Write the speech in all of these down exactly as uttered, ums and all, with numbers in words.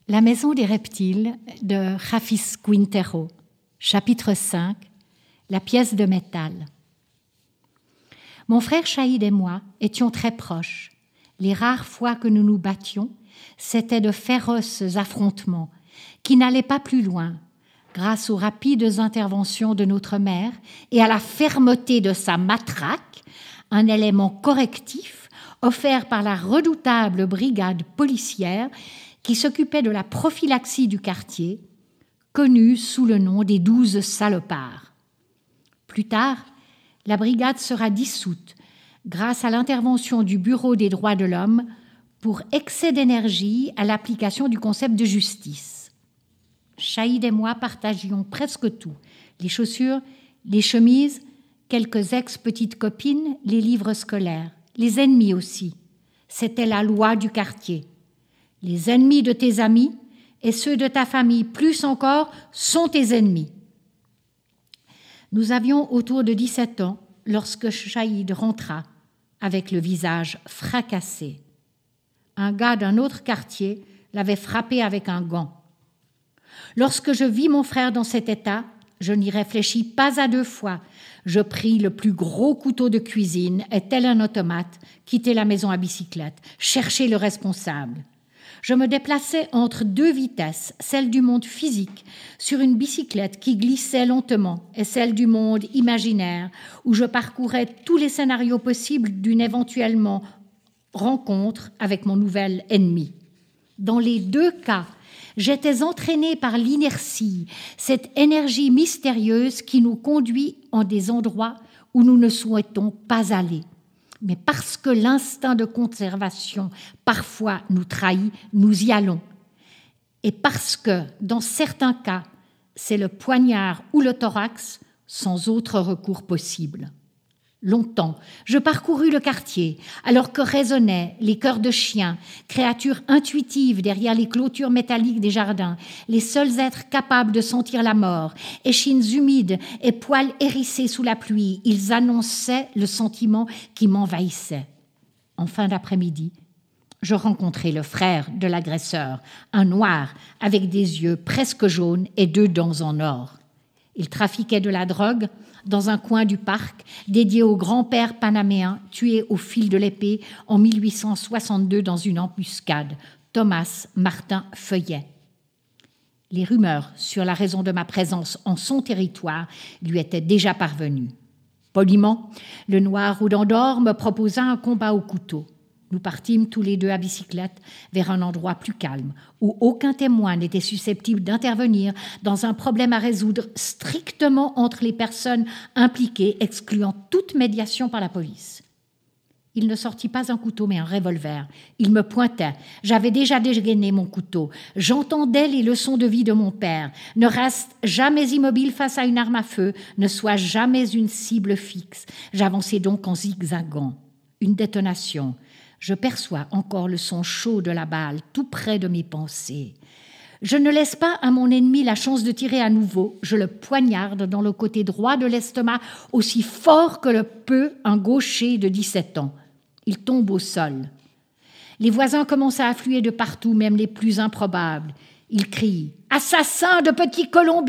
La maison des reptiles de Rafis Quintero, chapitre cinq, la pièce de métal. Mon frère Chahid et moi étions très proches. Les rares fois que nous nous battions, c'étaient de féroces affrontements qui n'allaient pas plus loin, grâce aux rapides interventions de notre mère et à la fermeté de sa matraque, un élément correctif offert par la redoutable brigade policière qui s'occupait de la prophylaxie du quartier, connue sous le nom des douze salopards. Plus tard, la brigade sera dissoute grâce à l'intervention du Bureau des droits de l'homme pour excès d'énergie à l'application du concept de justice. Chahid et moi partagions presque tout, les chaussures, les chemises, quelques ex-petites copines, les livres scolaires, les ennemis aussi. C'était la loi du quartier. Les ennemis de tes amis et ceux de ta famille, plus encore, sont tes ennemis. Nous avions autour de dix-sept ans lorsque Chahid rentra avec le visage fracassé. Un gars d'un autre quartier l'avait frappé avec un gant. Lorsque je vis mon frère dans cet état, je n'y réfléchis pas à deux fois. Je pris le plus gros couteau de cuisine et, tel un automate, quittai la maison à bicyclette, chercher le responsable. Je me déplaçais entre deux vitesses, celle du monde physique, sur une bicyclette qui glissait lentement, et celle du monde imaginaire, où je parcourais tous les scénarios possibles d'une éventuellement rencontre avec mon nouvel ennemi. Dans les deux cas, j'étais entraînée par l'inertie, cette énergie mystérieuse qui nous conduit en des endroits où nous ne souhaitons pas aller. Mais parce que l'instinct de conservation parfois nous trahit, nous y allons. Et parce que, dans certains cas, c'est le poignard ou le thorax, sans autre recours possible. Longtemps, je parcourus le quartier, alors que résonnaient les chœurs de chiens, créatures intuitives derrière les clôtures métalliques des jardins, les seuls êtres capables de sentir la mort, échines humides et poils hérissés sous la pluie. Ils annonçaient le sentiment qui m'envahissait. En fin d'après-midi, je rencontrai le frère de l'agresseur, un noir avec des yeux presque jaunes et deux dents en or. Il trafiquait de la drogue dans un coin du parc dédié au grand-père panaméen tué au fil de l'épée en mille huit cent soixante-deux dans une embuscade, Thomas Martin Feuillet. Les rumeurs sur la raison de ma présence en son territoire lui étaient déjà parvenues. Poliment, le noir aux dents d'or me proposa un combat au couteau. Nous partîmes tous les deux à bicyclette vers un endroit plus calme, où aucun témoin n'était susceptible d'intervenir dans un problème à résoudre strictement entre les personnes impliquées, excluant toute médiation par la police. Il ne sortit pas un couteau, mais un revolver. Il me pointait. J'avais déjà dégainé mon couteau. J'entendais les leçons de vie de mon père. Ne reste jamais immobile face à une arme à feu. Ne sois jamais une cible fixe. J'avançais donc en zigzagant. Une détonation. Je perçois encore le son chaud de la balle tout près de mes pensées. Je ne laisse pas à mon ennemi la chance de tirer à nouveau. Je le poignarde dans le côté droit de l'estomac aussi fort que le peut un gaucher de dix-sept ans. Il tombe au sol. Les voisins commencent à affluer de partout, même les plus improbables. Ils crient « Assassin de petits Colombiens !»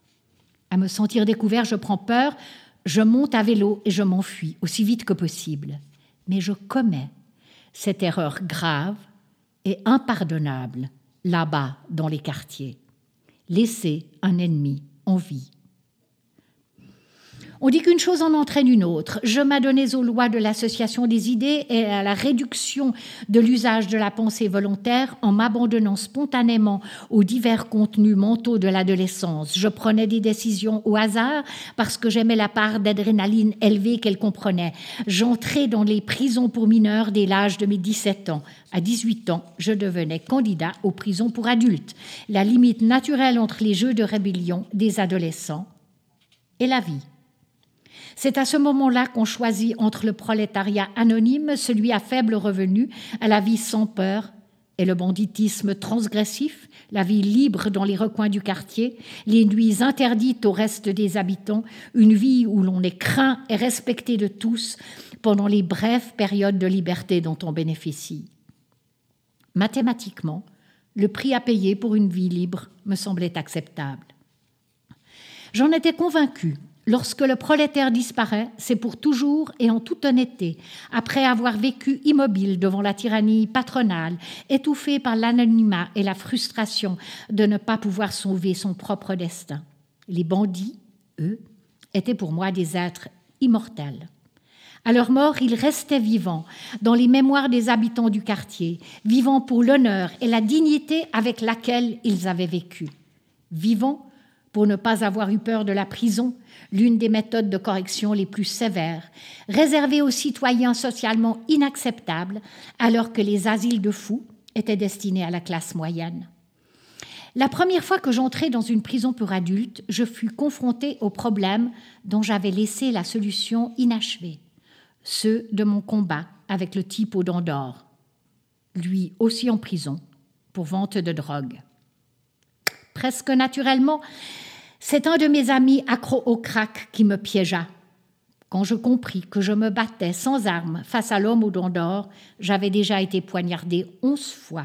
À me sentir découvert, je prends peur, je monte à vélo et je m'enfuis aussi vite que possible. Mais je commets cette erreur grave et impardonnable là-bas dans les quartiers. Laisser un ennemi en vie. On dit qu'une chose en entraîne une autre. Je m'adonnais aux lois de l'association des idées et à la réduction de l'usage de la pensée volontaire en m'abandonnant spontanément aux divers contenus mentaux de l'adolescence. Je prenais des décisions au hasard parce que j'aimais la part d'adrénaline élevée qu'elle comprenait. J'entrais dans les prisons pour mineurs dès l'âge de mes dix-sept ans. À dix-huit ans, je devenais candidat aux prisons pour adultes. La limite naturelle entre les jeux de rébellion des adolescents et la vie. C'est à ce moment-là qu'on choisit entre le prolétariat anonyme, celui à faible revenu, à la vie sans peur, et le banditisme transgressif, la vie libre dans les recoins du quartier, les nuits interdites au reste des habitants, une vie où l'on est craint et respecté de tous pendant les brèves périodes de liberté dont on bénéficie. Mathématiquement, Le prix à payer pour une vie libre me semblait acceptable. J'en étais convaincue. Lorsque le prolétaire disparaît, c'est pour toujours et en toute honnêteté, après avoir vécu immobile devant la tyrannie patronale, étouffé par l'anonymat et la frustration de ne pas pouvoir sauver son propre destin. Les bandits, eux, étaient pour moi des êtres immortels. À leur mort, ils restaient vivants dans les mémoires des habitants du quartier, vivants pour l'honneur et la dignité avec laquelle ils avaient vécu. Vivants pour ne pas avoir eu peur de la prison, l'une des méthodes de correction les plus sévères, réservée aux citoyens socialement inacceptables, alors que les asiles de fous étaient destinés à la classe moyenne. La première fois que j'entrai dans une prison pour adultes, je fus confrontée au problème dont j'avais laissé la solution inachevée, ceux de mon combat avec le type aux dents d'or, lui aussi en prison pour vente de drogue. Presque naturellement, c'est un de mes amis accro au crack qui me piégea. Quand je compris que je me battais sans armes face à l'homme aux dents d'or, j'avais déjà été poignardée onze fois.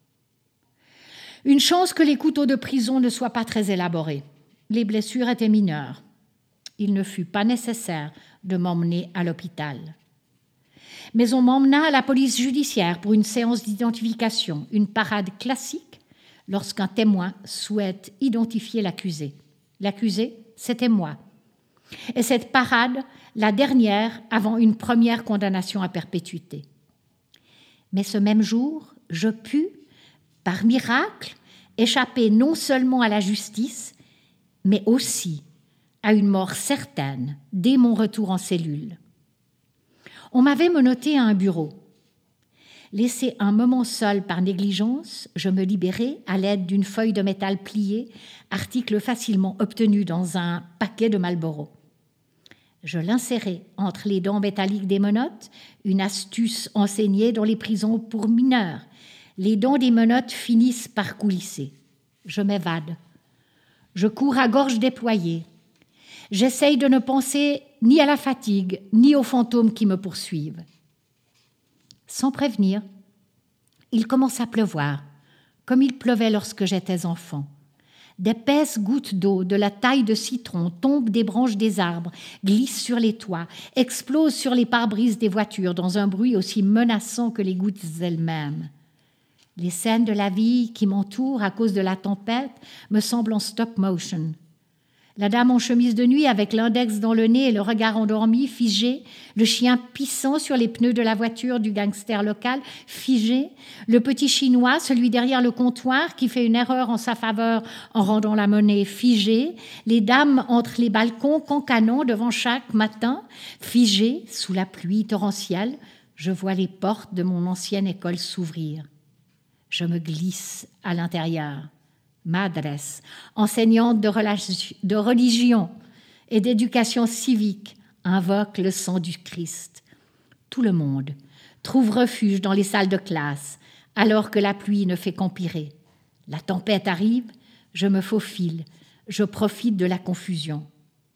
Une chance que les couteaux de prison ne soient pas très élaborés. Les blessures étaient mineures. Il ne fut pas nécessaire de m'emmener à l'hôpital. Mais on m'emmena à la police judiciaire pour une séance d'identification, une parade classique lorsqu'un témoin souhaite identifier l'accusé. L'accusé, c'était moi. Et cette parade, la dernière avant une première condamnation à perpétuité. Mais ce même jour, je pus, par miracle, échapper non seulement à la justice, mais aussi à une mort certaine dès mon retour en cellule. On m'avait menotté à un bureau. Laissé un moment seul par négligence, je me libérai à l'aide d'une feuille de métal pliée, article facilement obtenu dans un paquet de Marlboro. Je l'insérai entre les dents métalliques des menottes, une astuce enseignée dans les prisons pour mineurs. Les dents des menottes finissent par coulisser. Je m'évade. Je cours à gorge déployée. J'essaye de ne penser ni à la fatigue, ni aux fantômes qui me poursuivent. Sans prévenir, il commence à pleuvoir, comme il pleuvait lorsque j'étais enfant. D'épaisses gouttes d'eau de la taille de citron tombent des branches des arbres, glissent sur les toits, explosent sur les pare-brises des voitures dans un bruit aussi menaçant que les gouttes elles-mêmes. Les scènes de la vie qui m'entourent à cause de la tempête me semblent en stop motion. La dame en chemise de nuit avec l'index dans le nez et le regard endormi, figé, le chien pissant sur les pneus de la voiture du gangster local, figé, le petit chinois, celui derrière le comptoir qui fait une erreur en sa faveur en rendant la monnaie, figé, les dames entre les balcons cancanant devant chaque matin, figé, sous la pluie torrentielle, je vois les portes de mon ancienne école s'ouvrir. Je me glisse à l'intérieur. M'adresse, enseignante de, religi- de religion et d'éducation civique, invoque le sang du Christ. Tout le monde trouve refuge dans les salles de classe, alors que la pluie ne fait qu'empirer. La tempête arrive, je me faufile, je profite de la confusion.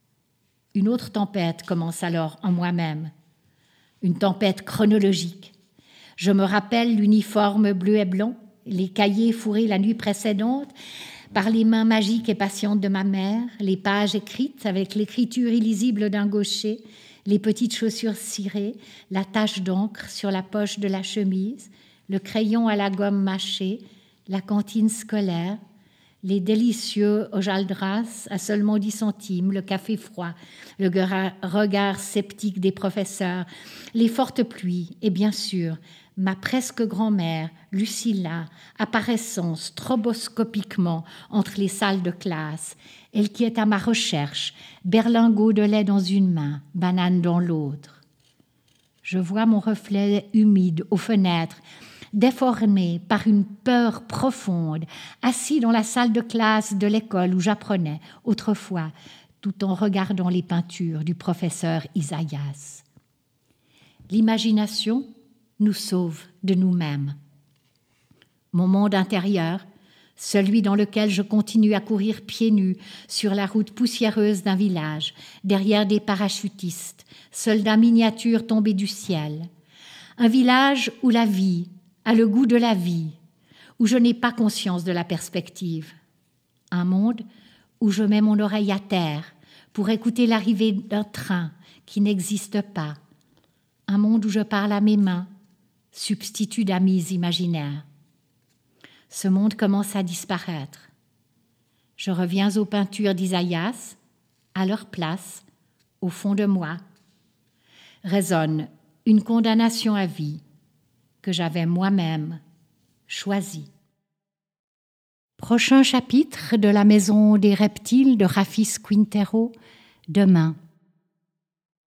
Une autre tempête commence alors en moi-même, une tempête chronologique. Je me rappelle l'uniforme bleu et blanc, les cahiers fourrés la nuit précédente par les mains magiques et patientes de ma mère, les pages écrites avec l'écriture illisible d'un gaucher, les petites chaussures cirées, la tache d'encre sur la poche de la chemise, le crayon à la gomme mâchée, la cantine scolaire, les délicieux hojaldras à seulement dix centimes, le café froid, le regard sceptique des professeurs, les fortes pluies et bien sûr ma presque grand-mère, Lucilla, apparaissant stroboscopiquement entre les salles de classe, elle qui est à ma recherche, berlingot de lait dans une main, banane dans l'autre. Je vois mon reflet humide aux fenêtres, déformé par une peur profonde, assis dans la salle de classe de l'école où j'apprenais autrefois, tout en regardant les peintures du professeur Isaïas. L'imagination nous sauve de nous-mêmes. Mon monde intérieur, celui dans lequel je continue à courir pieds nus sur la route poussiéreuse d'un village, derrière des parachutistes, soldats miniatures tombés du ciel. Un village où la vie a le goût de la vie, où je n'ai pas conscience de la perspective. Un monde où je mets mon oreille à terre pour écouter l'arrivée d'un train qui n'existe pas. Un monde où je parle à mes mains, substitut d'amis imaginaires. Ce monde commence à disparaître. Je reviens aux peintures d'Isaïas, à leur place, au fond de moi. Résonne une condamnation à vie que j'avais moi-même choisie. Prochain chapitre de La Maison des Reptiles de Rafis Quintero, demain.